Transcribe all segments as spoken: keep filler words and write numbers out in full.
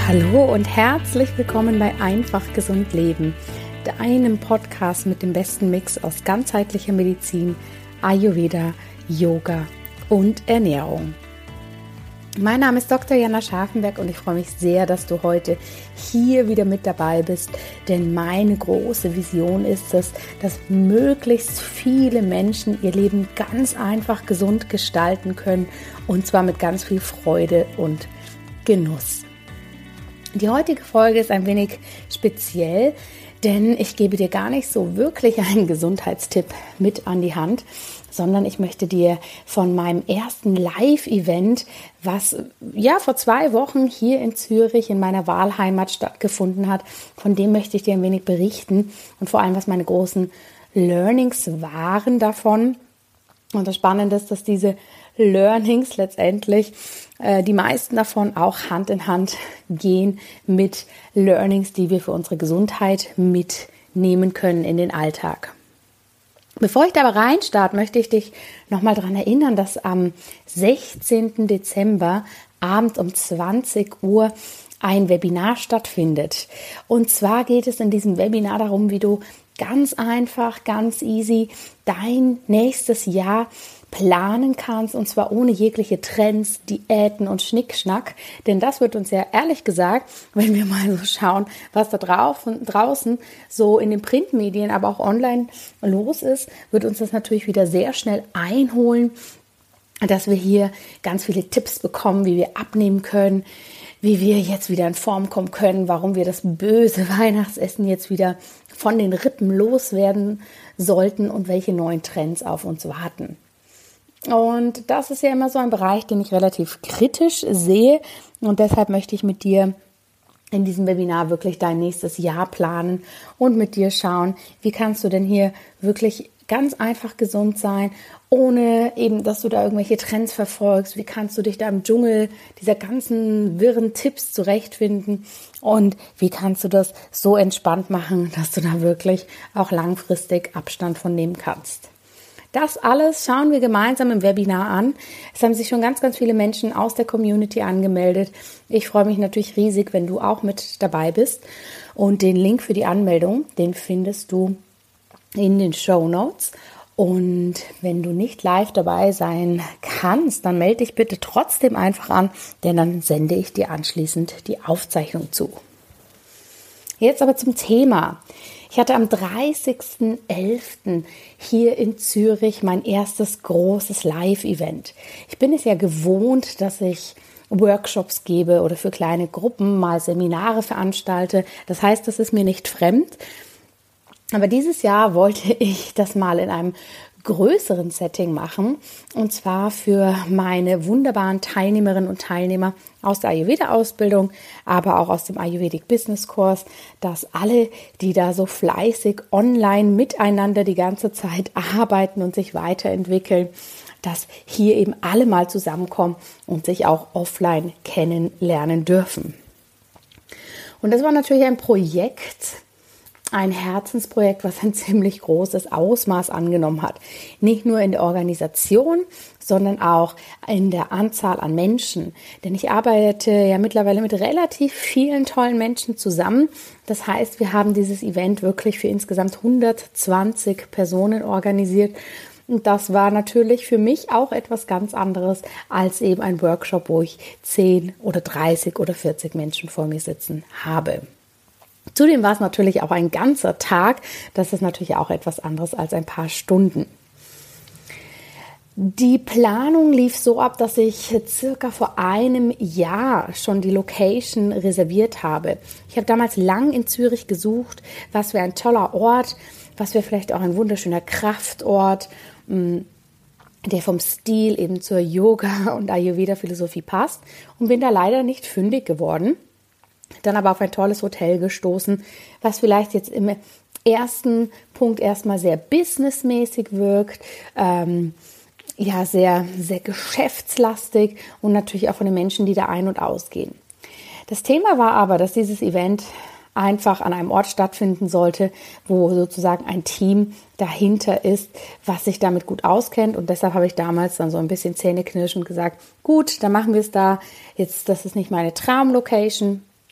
Hallo und herzlich willkommen bei Einfach Gesund Leben, deinem Podcast mit dem besten Mix aus ganzheitlicher Medizin, Ayurveda, Yoga und Ernährung. Mein Name ist Doktor Jana Scharfenberg und ich freue mich sehr, dass du heute hier wieder mit dabei bist, denn meine große Vision ist es, dass möglichst viele Menschen ihr Leben ganz einfach gesund gestalten können und zwar mit ganz viel Freude und Genuss. Die heutige Folge ist ein wenig speziell, denn ich gebe dir gar nicht so wirklich einen Gesundheitstipp mit an die Hand, sondern ich möchte dir von meinem ersten Live-Event, was ja vor zwei Wochen hier in Zürich in meiner Wahlheimat stattgefunden hat, von dem möchte ich dir ein wenig berichten und vor allem, was meine großen Learnings waren davon. Und das Spannende ist, dass diese Learnings letztendlich, äh, die meisten davon auch Hand in Hand gehen mit Learnings, die wir für unsere Gesundheit mitnehmen können in den Alltag. Bevor ich da aber reinstarte, möchte ich dich nochmal daran erinnern, dass am sechzehnten Dezember abends um zwanzig Uhr ein Webinar stattfindet. Und zwar geht es in diesem Webinar darum, wie du ganz einfach, ganz easy dein nächstes Jahr planen kannst und zwar ohne jegliche Trends, Diäten und Schnickschnack, denn das wird uns ja ehrlich gesagt, wenn wir mal so schauen, was da drauf, draußen so in den Printmedien, aber auch online los ist, wird uns das natürlich wieder sehr schnell einholen, dass wir hier ganz viele Tipps bekommen, wie wir abnehmen können, wie wir jetzt wieder in Form kommen können, warum wir das böse Weihnachtsessen jetzt wieder von den Rippen loswerden sollten und welche neuen Trends auf uns warten. Und das ist ja immer so ein Bereich, den ich relativ kritisch sehe und deshalb möchte ich mit dir in diesem Webinar wirklich dein nächstes Jahr planen und mit dir schauen, wie kannst du denn hier wirklich ganz einfach gesund sein, ohne eben, dass du da irgendwelche Trends verfolgst. Wie kannst du dich da im Dschungel dieser ganzen wirren Tipps zurechtfinden und wie kannst du das so entspannt machen, dass du da wirklich auch langfristig Abstand von nehmen kannst. Das alles schauen wir gemeinsam im Webinar an. Es haben sich schon ganz, ganz viele Menschen aus der Community angemeldet. Ich freue mich natürlich riesig, wenn du auch mit dabei bist. Und den Link für die Anmeldung, den findest du in den Shownotes. Und wenn du nicht live dabei sein kannst, dann melde dich bitte trotzdem einfach an, denn dann sende ich dir anschließend die Aufzeichnung zu. Jetzt aber zum Thema. Ich hatte am dreißigsten elften hier in Zürich mein erstes großes Live-Event. Ich bin es ja gewohnt, dass ich Workshops gebe oder für kleine Gruppen mal Seminare veranstalte. Das heißt, das ist mir nicht fremd. Aber dieses Jahr wollte ich das mal in einem größeren Setting machen und zwar für meine wunderbaren Teilnehmerinnen und Teilnehmer aus der Ayurveda-Ausbildung, aber auch aus dem Ayurvedic Business Kurs, dass alle, die da so fleißig online miteinander die ganze Zeit arbeiten und sich weiterentwickeln, dass hier eben alle mal zusammenkommen und sich auch offline kennenlernen dürfen. Und das war natürlich ein Projekt, ein Herzensprojekt, was ein ziemlich großes Ausmaß angenommen hat. Nicht nur in der Organisation, sondern auch in der Anzahl an Menschen. Denn ich arbeite ja mittlerweile mit relativ vielen tollen Menschen zusammen. Das heißt, wir haben dieses Event wirklich für insgesamt hundertzwanzig Personen organisiert. Und das war natürlich für mich auch etwas ganz anderes als eben ein Workshop, wo ich zehn oder dreißig oder vierzig Menschen vor mir sitzen habe. Zudem war es natürlich auch ein ganzer Tag. Das ist natürlich auch etwas anderes als ein paar Stunden. Die Planung lief so ab, dass ich circa vor einem Jahr schon die Location reserviert habe. Ich habe damals lang in Zürich gesucht, was für ein toller Ort, was wäre vielleicht auch ein wunderschöner Kraftort, der vom Stil eben zur Yoga- und Ayurveda-Philosophie passt und bin da leider nicht fündig geworden. Dann aber auf ein tolles Hotel gestoßen, was vielleicht jetzt im ersten Punkt erstmal sehr businessmäßig wirkt, ähm, ja sehr, sehr geschäftslastig und natürlich auch von den Menschen, die da ein- und ausgehen. Das Thema war aber, dass dieses Event einfach an einem Ort stattfinden sollte, wo sozusagen ein Team dahinter ist, was sich damit gut auskennt. Und deshalb habe ich damals dann so ein bisschen zähneknirschend gesagt, gut, dann machen wir es da. Jetzt, das ist nicht meine Traumlocation.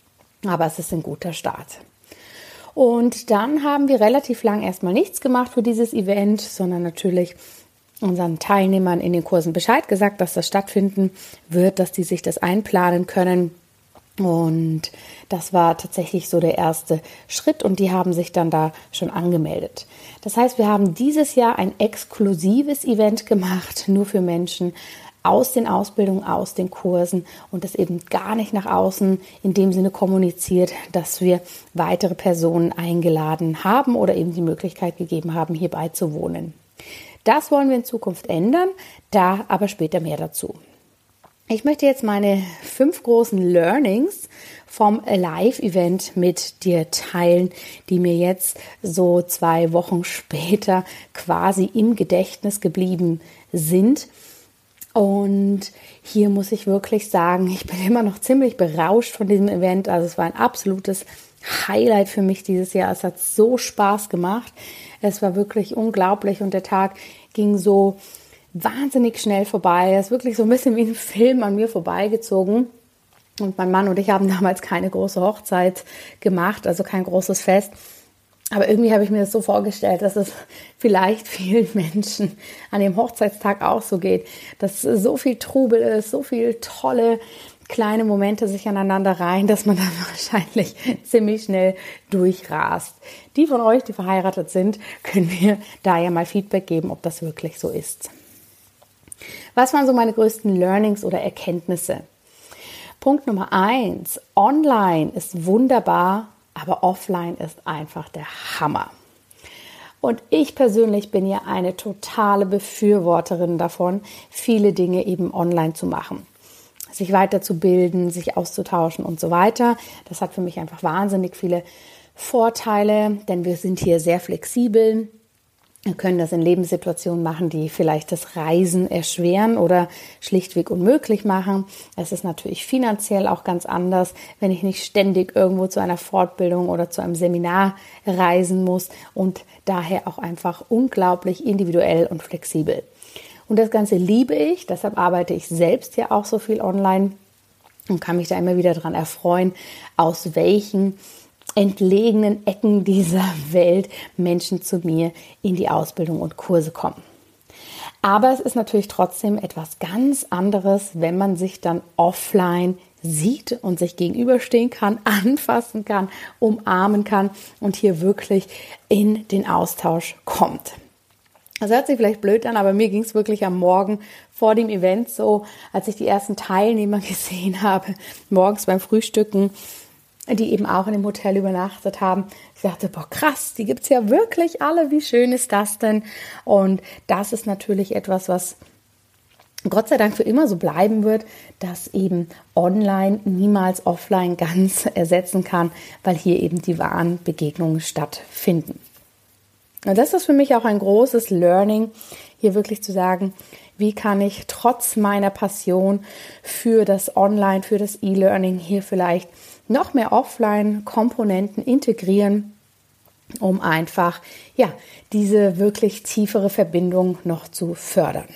aber es ist ein guter Start. Und dann haben wir relativ lang erstmal nichts gemacht für dieses Event, sondern natürlich unseren Teilnehmern in den Kursen Bescheid gesagt, dass das stattfinden wird, dass die sich das einplanen können. Und das war tatsächlich so der erste Schritt und die haben sich dann da schon angemeldet. Das heißt, wir haben dieses Jahr ein exklusives Event gemacht, nur für Menschen aus den Ausbildungen, aus den Kursen und das eben gar nicht nach außen in dem Sinne kommuniziert, dass wir weitere Personen eingeladen haben oder eben die Möglichkeit gegeben haben, hier beizuwohnen. Das wollen wir in Zukunft ändern, da aber später mehr dazu. Ich möchte jetzt meine fünf großen Learnings vom Live-Event mit dir teilen, die mir jetzt so zwei Wochen später quasi im Gedächtnis geblieben sind. Und hier muss ich wirklich sagen, ich bin immer noch ziemlich berauscht von diesem Event. Also es war ein absolutes Highlight für mich dieses Jahr. Es hat so Spaß gemacht. Es war wirklich unglaublich und der Tag ging so wahnsinnig schnell vorbei. Er ist wirklich so ein bisschen wie ein Film an mir vorbeigezogen. Und mein Mann und ich haben damals keine große Hochzeit gemacht, also kein großes Fest. Aber irgendwie habe ich mir das so vorgestellt, dass es vielleicht vielen Menschen an dem Hochzeitstag auch so geht, dass so viel Trubel ist, so viele tolle kleine Momente sich aneinander reihen, dass man dann wahrscheinlich ziemlich schnell durchrast. Die von euch, die verheiratet sind, können mir da ja mal Feedback geben, ob das wirklich so ist. Was waren so meine größten Learnings oder Erkenntnisse? Punkt Nummer eins. Online ist wunderbar, aber offline ist einfach der Hammer. Und ich persönlich bin ja eine totale Befürworterin davon, viele Dinge eben online zu machen. Sich weiterzubilden, sich auszutauschen und so weiter. Das hat für mich einfach wahnsinnig viele Vorteile, denn wir sind hier sehr flexibel. Wir können das in Lebenssituationen machen, die vielleicht das Reisen erschweren oder schlichtweg unmöglich machen. Es ist natürlich finanziell auch ganz anders, wenn ich nicht ständig irgendwo zu einer Fortbildung oder zu einem Seminar reisen muss und daher auch einfach unglaublich individuell und flexibel. Und das Ganze liebe ich, deshalb arbeite ich selbst ja auch so viel online und kann mich da immer wieder dran erfreuen, aus welchen entlegenen Ecken dieser Welt Menschen zu mir in die Ausbildung und Kurse kommen. Aber es ist natürlich trotzdem etwas ganz anderes, wenn man sich dann offline sieht und sich gegenüberstehen kann, anfassen kann, umarmen kann und hier wirklich in den Austausch kommt. Das hört sich vielleicht blöd an, aber mir ging es wirklich am Morgen vor dem Event so, als ich die ersten Teilnehmer gesehen habe, morgens beim Frühstücken, die eben auch in dem Hotel übernachtet haben. Ich dachte, boah krass, die gibt's ja wirklich alle, wie schön ist das denn? Und das ist natürlich etwas, was Gott sei Dank für immer so bleiben wird, dass eben online niemals offline ganz ersetzen kann, weil hier eben die wahren Begegnungen stattfinden. Und das ist für mich auch ein großes Learning, hier wirklich zu sagen, wie kann ich trotz meiner Passion für das Online, für das E-Learning hier vielleicht noch mehr Offline-Komponenten integrieren, um einfach ja diese wirklich tiefere Verbindung noch zu fördern.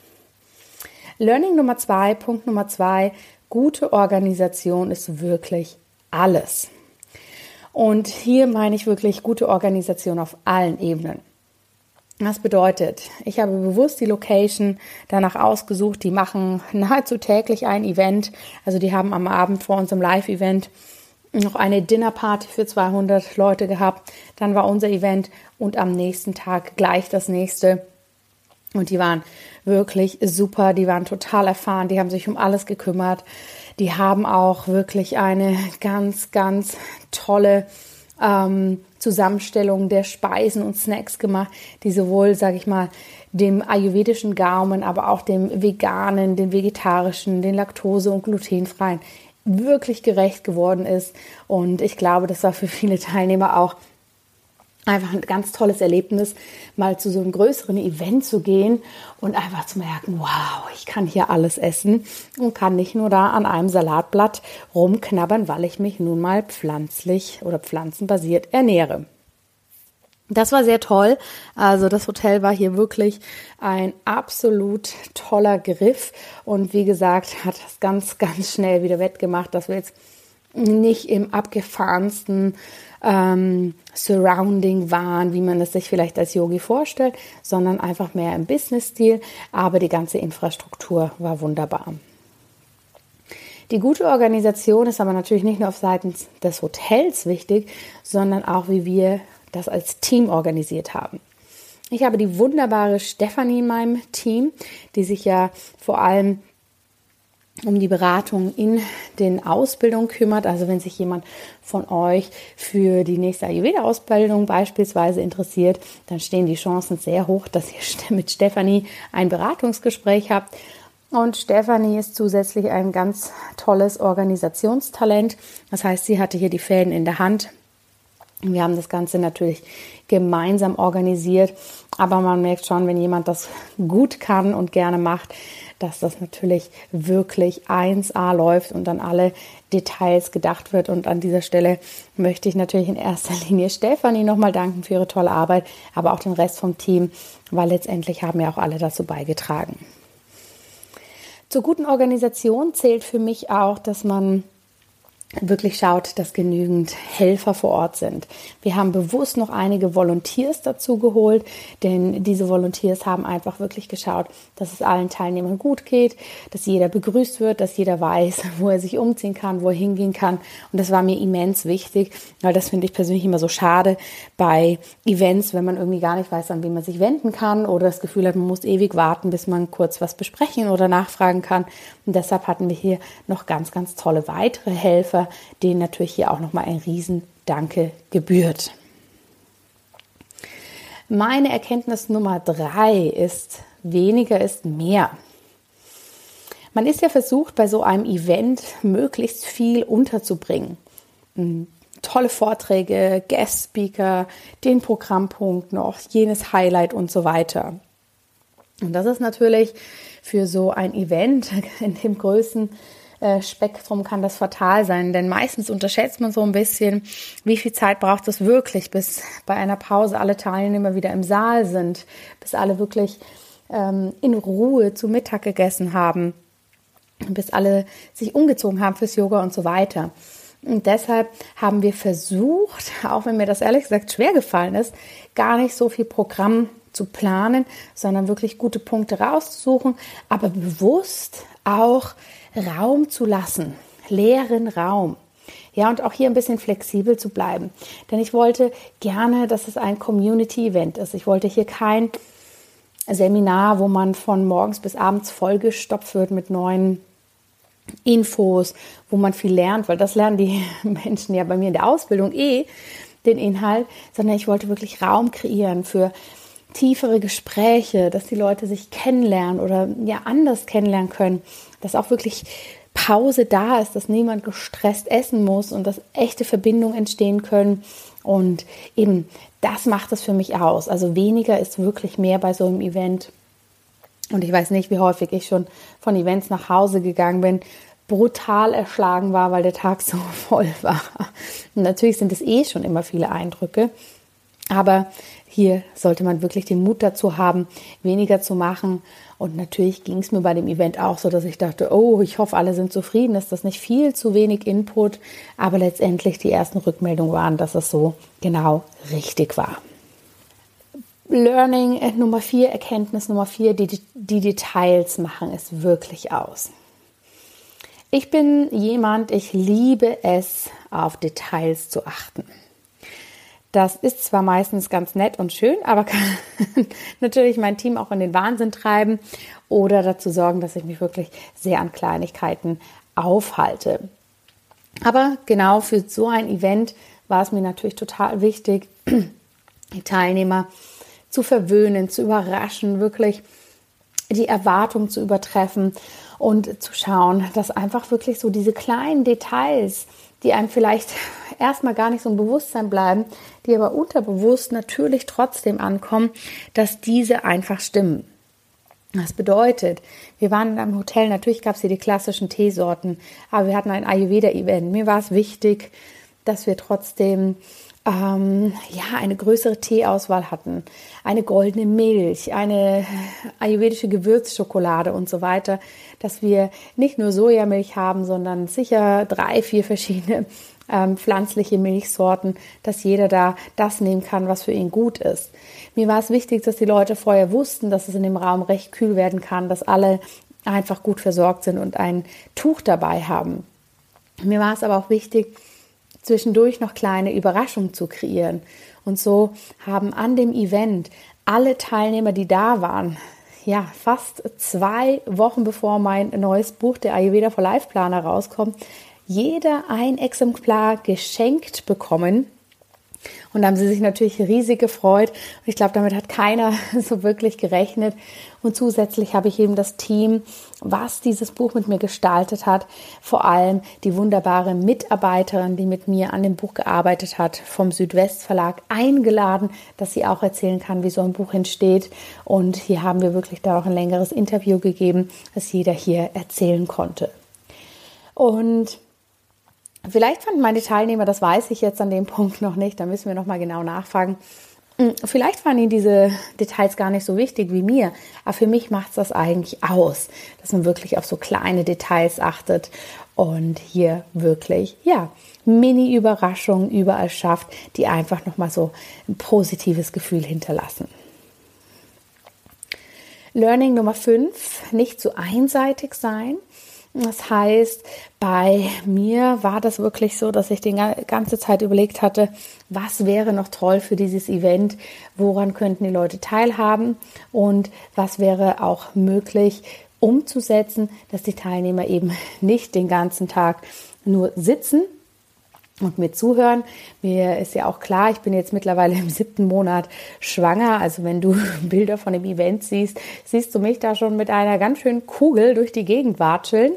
Learning Nummer zwei, Punkt Nummer zwei, gute Organisation ist wirklich alles. Und hier meine ich wirklich gute Organisation auf allen Ebenen. Das bedeutet, ich habe bewusst die Location danach ausgesucht, die machen nahezu täglich ein Event. Also die haben am Abend vor unserem Live-Event noch eine Dinnerparty für zweihundert Leute gehabt. Dann war unser Event und am nächsten Tag gleich das nächste. Und die waren wirklich super, die waren total erfahren, die haben sich um alles gekümmert. Die haben auch wirklich eine ganz, ganz tolle ähm, Zusammenstellung der Speisen und Snacks gemacht, die sowohl, sage ich mal, dem ayurvedischen Gaumen, aber auch dem veganen, den vegetarischen, den laktose- und glutenfreien wirklich gerecht geworden ist. Und ich glaube, das war für viele Teilnehmer auch einfach ein ganz tolles Erlebnis, mal zu so einem größeren Event zu gehen und einfach zu merken, wow, ich kann hier alles essen und kann nicht nur da an einem Salatblatt rumknabbern, weil ich mich nun mal pflanzlich oder pflanzenbasiert ernähre. Das war sehr toll. Also das Hotel war hier wirklich ein absolut toller Griff und wie gesagt, hat das ganz, ganz schnell wieder wettgemacht, dass wir jetzt nicht im abgefahrensten ähm, Surrounding waren, wie man es sich vielleicht als Yogi vorstellt, sondern einfach mehr im Business-Stil, aber die ganze Infrastruktur war wunderbar. Die gute Organisation ist aber natürlich nicht nur auf Seiten des Hotels wichtig, sondern auch, wie wir das als Team organisiert haben. Ich habe die wunderbare Stefanie in meinem Team, die sich ja vor allem um die Beratung in den Ausbildungen kümmert. Also wenn sich jemand von euch für die nächste Ayurveda-Ausbildung beispielsweise interessiert, dann stehen die Chancen sehr hoch, dass ihr mit Stefanie ein Beratungsgespräch habt. Und Stefanie ist zusätzlich ein ganz tolles Organisationstalent. Das heißt, sie hatte hier die Fäden in der Hand. Wir haben das Ganze natürlich gemeinsam organisiert, aber man merkt schon, wenn jemand das gut kann und gerne macht, dass das natürlich wirklich eins A läuft und an alle Details gedacht wird. Und an dieser Stelle möchte ich natürlich in erster Linie Stefanie nochmal danken für ihre tolle Arbeit, aber auch den Rest vom Team, weil letztendlich haben ja auch alle dazu beigetragen. Zur guten Organisation zählt für mich auch, dass man wirklich schaut, dass genügend Helfer vor Ort sind. Wir haben bewusst noch einige Volunteers dazu geholt, denn diese Volunteers haben einfach wirklich geschaut, dass es allen Teilnehmern gut geht, dass jeder begrüßt wird, dass jeder weiß, wo er sich umziehen kann, wo er hingehen kann. Und das war mir immens wichtig, weil das finde ich persönlich immer so schade bei Events, wenn man irgendwie gar nicht weiß, an wen man sich wenden kann oder das Gefühl hat, man muss ewig warten, bis man kurz was besprechen oder nachfragen kann. Und deshalb hatten wir hier noch ganz, ganz tolle weitere Helfer, denen natürlich hier auch nochmal ein Riesendanke gebührt. Meine Erkenntnis Nummer drei ist, weniger ist mehr. Man ist ja versucht, bei so einem Event möglichst viel unterzubringen. Tolle Vorträge, Guest-Speaker, den Programmpunkt noch, jenes Highlight und so weiter. Und das ist natürlich für so ein Event in dem größten Spektrum kann das fatal sein, denn meistens unterschätzt man so ein bisschen, wie viel Zeit braucht es wirklich, bis bei einer Pause alle Teilnehmer wieder im Saal sind, bis alle wirklich ähm, in Ruhe zu Mittag gegessen haben, bis alle sich umgezogen haben fürs Yoga und so weiter. Und deshalb haben wir versucht, auch wenn mir das ehrlich gesagt schwer gefallen ist, gar nicht so viel Programm zu planen, sondern wirklich gute Punkte rauszusuchen, aber bewusst auch Raum zu lassen, leeren Raum. Ja, und auch hier ein bisschen flexibel zu bleiben. Denn ich wollte gerne, dass es ein Community-Event ist. Ich wollte hier kein Seminar, wo man von morgens bis abends vollgestopft wird mit neuen Infos, wo man viel lernt, weil das lernen die Menschen ja bei mir in der Ausbildung eh, den Inhalt, sondern ich wollte wirklich Raum kreieren für tiefere Gespräche, dass die Leute sich kennenlernen oder ja anders kennenlernen können, dass auch wirklich Pause da ist, dass niemand gestresst essen muss und dass echte Verbindungen entstehen können. Und eben das macht es für mich aus. Also weniger ist wirklich mehr bei so einem Event. Und ich weiß nicht, wie häufig ich schon von Events nach Hause gegangen bin, brutal erschlagen war, weil der Tag so voll war. Und natürlich sind es eh schon immer viele Eindrücke. Aber hier sollte man wirklich den Mut dazu haben, weniger zu machen. Und natürlich ging es mir bei dem Event auch so, dass ich dachte, oh, ich hoffe, alle sind zufrieden, ist das nicht viel zu wenig Input. Aber letztendlich die ersten Rückmeldungen waren, dass es so genau richtig war. Learning Nummer vier, Erkenntnis Nummer vier, die, die Details machen es wirklich aus. Ich bin jemand, ich liebe es, auf Details zu achten. Das ist zwar meistens ganz nett und schön, aber kann natürlich mein Team auch in den Wahnsinn treiben oder dazu sorgen, dass ich mich wirklich sehr an Kleinigkeiten aufhalte. Aber genau für so ein Event war es mir natürlich total wichtig, die Teilnehmer zu verwöhnen, zu überraschen, wirklich die Erwartung zu übertreffen und zu schauen, dass einfach wirklich so diese kleinen Details, die einem vielleicht erstmal gar nicht so im Bewusstsein bleiben, die aber unterbewusst natürlich trotzdem ankommen, dass diese einfach stimmen. Das bedeutet, wir waren in einem Hotel, natürlich gab es hier die klassischen Teesorten, aber wir hatten ein Ayurveda-Event. Mir war es wichtig, dass wir trotzdem ähm, ja, eine größere Teeauswahl hatten, eine goldene Milch, eine ayurvedische Gewürzschokolade und so weiter, dass wir nicht nur Sojamilch haben, sondern sicher drei, vier verschiedene ähm, pflanzliche Milchsorten, dass jeder da das nehmen kann, was für ihn gut ist. Mir war es wichtig, dass die Leute vorher wussten, dass es in dem Raum recht kühl werden kann, dass alle einfach gut versorgt sind und ein Tuch dabei haben. Mir war es aber auch wichtig, zwischendurch noch kleine Überraschungen zu kreieren. Und so haben an dem Event alle Teilnehmer, die da waren, ja, fast zwei Wochen bevor mein neues Buch, der Ayurveda for Life Planer, rauskommt, jeder ein Exemplar geschenkt bekommen. Und da haben sie sich natürlich riesig gefreut. Und ich glaube, damit hat keiner so wirklich gerechnet. Und zusätzlich habe ich eben das Team, was dieses Buch mit mir gestaltet hat, vor allem die wunderbare Mitarbeiterin, die mit mir an dem Buch gearbeitet hat, vom Südwest Verlag, eingeladen, dass sie auch erzählen kann, wie so ein Buch entsteht. Und hier haben wir wirklich da auch ein längeres Interview gegeben, das jeder hier erzählen konnte. Und vielleicht fanden meine Teilnehmer, das weiß ich jetzt an dem Punkt noch nicht, da müssen wir nochmal genau nachfragen, vielleicht waren ihnen diese Details gar nicht so wichtig wie mir, aber für mich macht es das eigentlich aus, dass man wirklich auf so kleine Details achtet und hier wirklich, ja, Mini-Überraschungen überall schafft, die einfach nochmal so ein positives Gefühl hinterlassen. Learning Nummer fünf, nicht zu einseitig sein. Das heißt, bei mir war das wirklich so, dass ich die ganze Zeit überlegt hatte, was wäre noch toll für dieses Event, woran könnten die Leute teilhaben und was wäre auch möglich umzusetzen, dass die Teilnehmer eben nicht den ganzen Tag nur sitzen und mir zuhören. Mir ist ja auch klar, ich bin jetzt mittlerweile im siebten Monat schwanger. Also wenn du Bilder von dem Event siehst, siehst du mich da schon mit einer ganz schönen Kugel durch die Gegend watscheln.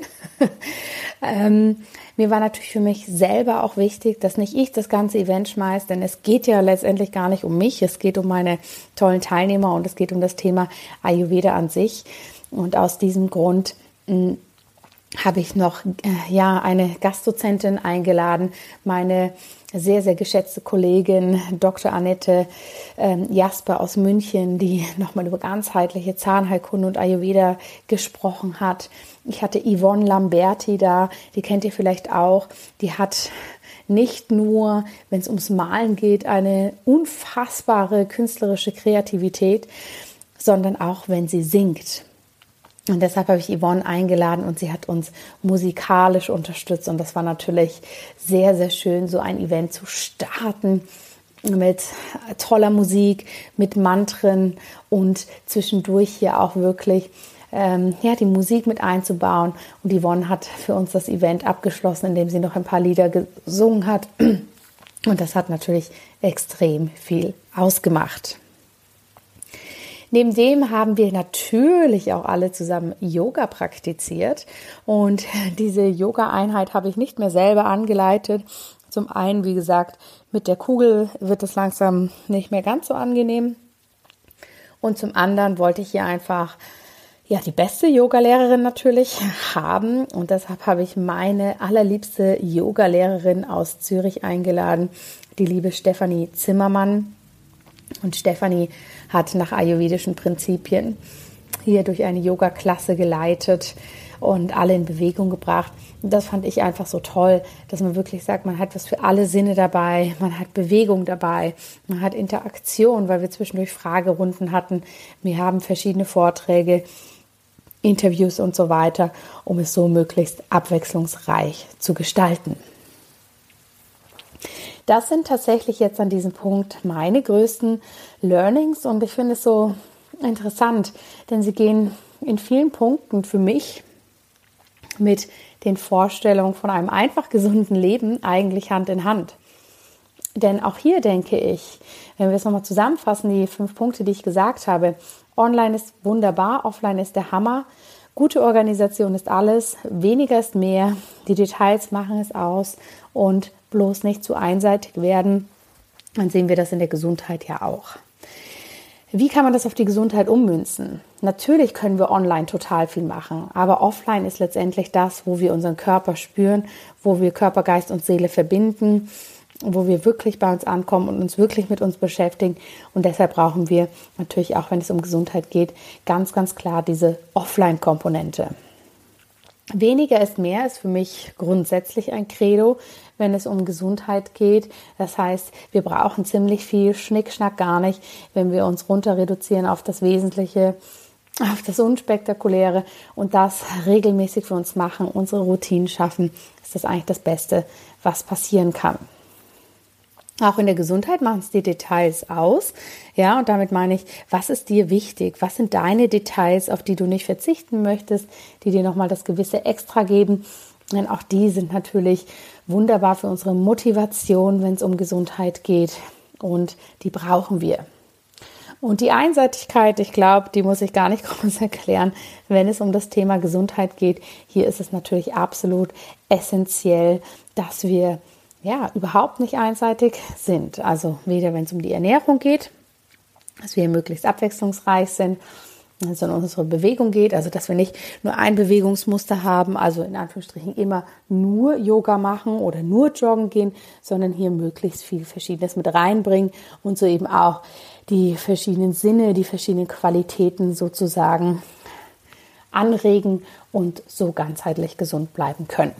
ähm, mir war natürlich für mich selber auch wichtig, dass nicht ich das ganze Event schmeiße, denn es geht ja letztendlich gar nicht um mich. Es geht um meine tollen Teilnehmer und es geht um das Thema Ayurveda an sich. Und aus diesem Grund mh, habe ich noch äh, ja eine Gastdozentin eingeladen, meine sehr, sehr geschätzte Kollegin Doktor Annette ähm, Jasper aus München, die nochmal über ganzheitliche Zahnheilkunde und Ayurveda gesprochen hat. Ich hatte Yvonne Lamberti da, die kennt ihr vielleicht auch. Die hat nicht nur, wenn es ums Malen geht, eine unfassbare künstlerische Kreativität, sondern auch, wenn sie singt. Und deshalb habe ich Yvonne eingeladen und sie hat uns musikalisch unterstützt. Und das war natürlich sehr, sehr schön, so ein Event zu starten mit toller Musik, mit Mantren und zwischendurch hier auch wirklich ähm, ja, die Musik mit einzubauen. Und Yvonne hat für uns das Event abgeschlossen, indem sie noch ein paar Lieder gesungen hat. Und das hat natürlich extrem viel ausgemacht. Neben dem haben wir natürlich auch alle zusammen Yoga praktiziert und diese Yoga-Einheit habe ich nicht mehr selber angeleitet. Zum einen, wie gesagt, mit der Kugel wird es langsam nicht mehr ganz so angenehm und zum anderen wollte ich hier einfach ja die beste Yoga-Lehrerin natürlich haben und deshalb habe ich meine allerliebste Yoga-Lehrerin aus Zürich eingeladen, die liebe Stefanie Zimmermann. Und Stefanie hat nach ayurvedischen Prinzipien hier durch eine Yoga-Klasse geleitet und alle in Bewegung gebracht. Und das fand ich einfach so toll, dass man wirklich sagt, man hat was für alle Sinne dabei, man hat Bewegung dabei, man hat Interaktion, weil wir zwischendurch Fragerunden hatten. Wir haben verschiedene Vorträge, Interviews und so weiter, um es so möglichst abwechslungsreich zu gestalten. Das sind tatsächlich jetzt an diesem Punkt meine größten Learnings und ich finde es so interessant, denn sie gehen in vielen Punkten für mich mit den Vorstellungen von einem einfach gesunden Leben eigentlich Hand in Hand. Denn auch hier denke ich, wenn wir es nochmal zusammenfassen, die fünf Punkte, die ich gesagt habe, online ist wunderbar, offline ist der Hammer, gute Organisation ist alles, weniger ist mehr, die Details machen es aus und bloß nicht zu einseitig werden, dann sehen wir das in der Gesundheit ja auch. Wie kann man das auf die Gesundheit ummünzen? Natürlich können wir online total viel machen, aber offline ist letztendlich das, wo wir unseren Körper spüren, wo wir Körper, Geist und Seele verbinden. wo wir wirklich bei uns ankommen und uns wirklich mit uns beschäftigen. Und deshalb brauchen wir natürlich auch, wenn es um Gesundheit geht, ganz, ganz klar diese Offline-Komponente. Weniger ist mehr ist für mich grundsätzlich ein Credo, wenn es um Gesundheit geht. Das heißt, wir brauchen ziemlich viel Schnickschnack gar nicht, wenn wir uns runter reduzieren auf das Wesentliche, auf das Unspektakuläre und das regelmäßig für uns machen, unsere Routinen schaffen, ist das eigentlich das Beste, was passieren kann. Auch in der Gesundheit machen es die Details aus. Ja, und damit meine ich, was ist dir wichtig? Was sind deine Details, auf die du nicht verzichten möchtest, die dir nochmal das gewisse Extra geben? Denn auch die sind natürlich wunderbar für unsere Motivation, wenn es um Gesundheit geht. Und die brauchen wir. Und die Einseitigkeit, ich glaube, die muss ich gar nicht groß erklären, wenn es um das Thema Gesundheit geht. Hier ist es natürlich absolut essentiell, dass wir ja, überhaupt nicht einseitig sind. Also weder wenn es um die Ernährung geht, dass wir möglichst abwechslungsreich sind, wenn es um unsere Bewegung geht, also dass wir nicht nur ein Bewegungsmuster haben, also in Anführungsstrichen immer nur Yoga machen oder nur joggen gehen, sondern hier möglichst viel Verschiedenes mit reinbringen und so eben auch die verschiedenen Sinne, die verschiedenen Qualitäten sozusagen anregen und so ganzheitlich gesund bleiben können.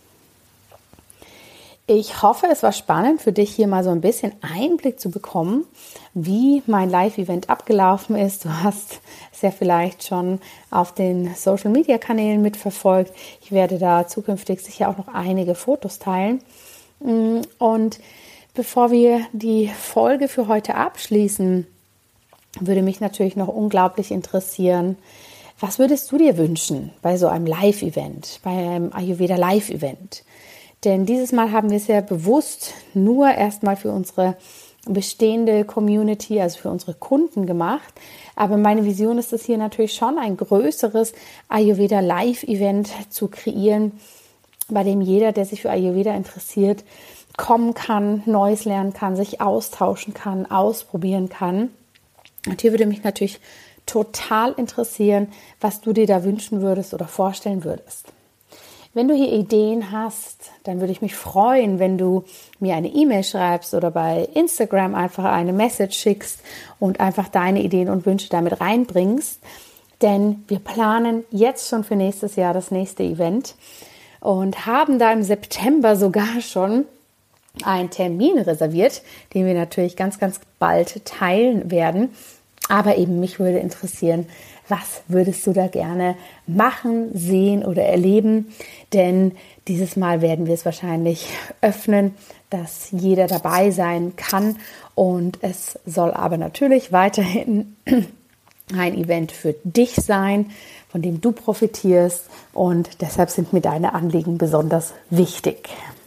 Ich hoffe, es war spannend für dich, hier mal so ein bisschen Einblick zu bekommen, wie mein Live-Event abgelaufen ist. Du hast es ja vielleicht schon auf den Social-Media-Kanälen mitverfolgt. Ich werde da zukünftig sicher auch noch einige Fotos teilen. Und bevor wir die Folge für heute abschließen, würde mich natürlich noch unglaublich interessieren, was würdest du dir wünschen bei so einem Live-Event, bei einem Ayurveda Live-Event? Denn dieses Mal haben wir es ja bewusst nur erstmal für unsere bestehende Community, also für unsere Kunden gemacht. Aber meine Vision ist es hier natürlich schon, ein größeres Ayurveda Live-Event zu kreieren, bei dem jeder, der sich für Ayurveda interessiert, kommen kann, Neues lernen kann, sich austauschen kann, ausprobieren kann. Und hier würde mich natürlich total interessieren, was du dir da wünschen würdest oder vorstellen würdest. Wenn du hier Ideen hast, dann würde ich mich freuen, wenn du mir eine E-Mail schreibst oder bei Instagram einfach eine Message schickst und einfach deine Ideen und Wünsche damit reinbringst. Denn wir planen jetzt schon für nächstes Jahr das nächste Event und haben da im September sogar schon einen Termin reserviert, den wir natürlich ganz, ganz bald teilen werden. Aber eben mich würde interessieren, was würdest du da gerne machen, sehen oder erleben? Denn dieses Mal werden wir es wahrscheinlich öffnen, dass jeder dabei sein kann. Und es soll aber natürlich weiterhin ein Event für dich sein, von dem du profitierst. Und deshalb sind mir deine Anliegen besonders wichtig.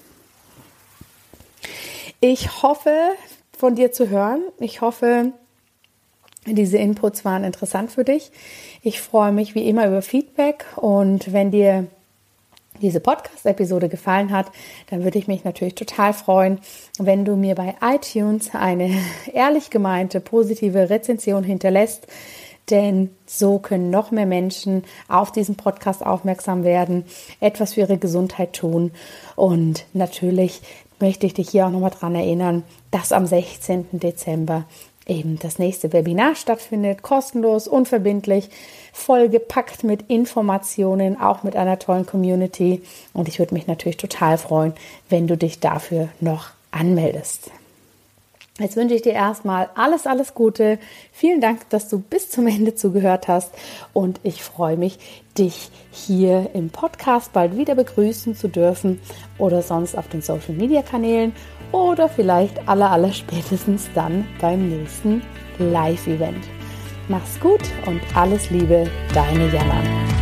Ich hoffe, von dir zu hören. Ich hoffe, diese Inputs waren interessant für dich. Ich freue mich wie immer über Feedback und wenn dir diese Podcast-Episode gefallen hat, dann würde ich mich natürlich total freuen, wenn du mir bei iTunes eine ehrlich gemeinte, positive Rezension hinterlässt, denn so können noch mehr Menschen auf diesen Podcast aufmerksam werden, etwas für ihre Gesundheit tun und natürlich möchte ich dich hier auch nochmal dran erinnern, dass am sechzehnten Dezember eben das nächste Webinar stattfindet, kostenlos, unverbindlich, vollgepackt mit Informationen, auch mit einer tollen Community. Und ich würde mich natürlich total freuen, wenn du dich dafür noch anmeldest. Jetzt wünsche ich dir erstmal alles, alles Gute. Vielen Dank, dass du bis zum Ende zugehört hast. Und ich freue mich, dich hier im Podcast bald wieder begrüßen zu dürfen oder sonst auf den Social-Media-Kanälen oder vielleicht aller, aller spätestens dann beim nächsten Live-Event. Mach's gut und alles Liebe, deine Jana.